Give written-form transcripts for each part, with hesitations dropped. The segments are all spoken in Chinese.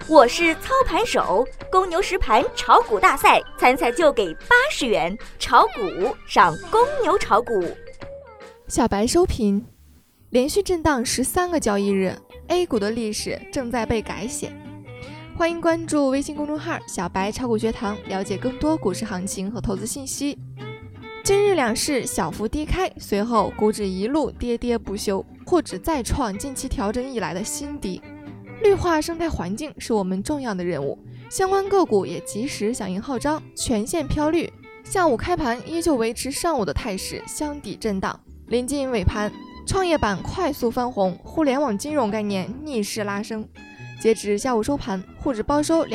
我是操盘手，公牛实盘炒股大赛，参赛就给80元，炒股上公牛炒股。 小白收评：连续震荡13个交易日 ，A 股的历史正在被改写。欢迎关注微信公众号“小白炒股学堂”，了解更多股市行情和投资信息。今日两市小幅低开，随后股指一路跌跌不休，沪指再创近期调整以来的新低。绿化生态环境是我们重要的任务，相关个股也及时响应号召，全线飘绿。下午开盘依旧维持上午的态势，箱底震荡。临近尾盘，创业板快速翻红，互联网金融概念逆势拉升。截至下午收盘，沪指报收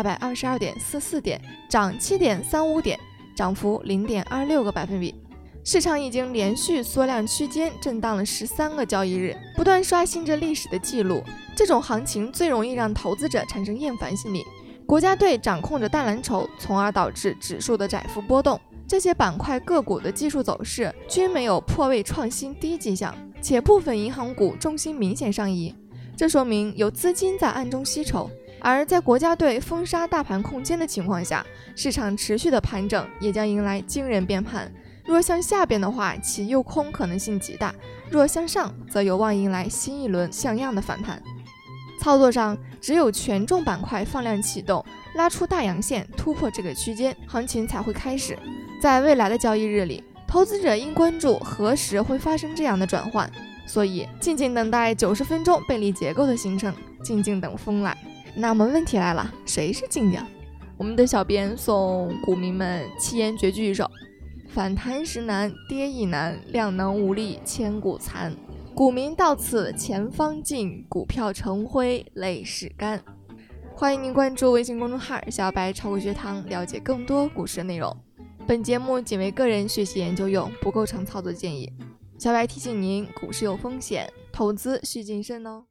2822.44点，涨7.35点，涨幅0.26个百分比。市场已经连续缩量区间震荡了13个交易日，不断刷新着历史的记录。这种行情最容易让投资者产生厌烦心理。国家队掌控着淡蓝筹，从而导致指数的窄幅波动。这些板块个股的技术走势均没有破位创新低迹象，且部分银行股重心明显上移，这说明有资金在暗中吸筹。而在国家队封杀大盘空间的情况下，市场持续的盘整也将迎来惊人变盘。若向下边的话，其诱空可能性极大；若向上，则有望迎来新一轮像样的反弹。操作上，只有权重板块放量启动，拉出大阳线，突破这个区间，行情才会开始。在未来的交易日里，投资者应关注何时会发生这样的转换，所以静静等待90分钟背离结构的形成，静静等风来。那么问题来了，谁是静静？我们的小编送股民们7言绝句一首：反弹时难，跌亦难，量能无力，千古残。股民到此前方尽，股票成灰泪始干。欢迎您关注微信公众号“小白炒股学堂”，了解更多股市内容。本节目仅为个人学习研究用，不构成操作建议。小白提醒您，股市有风险，投资需谨慎哦。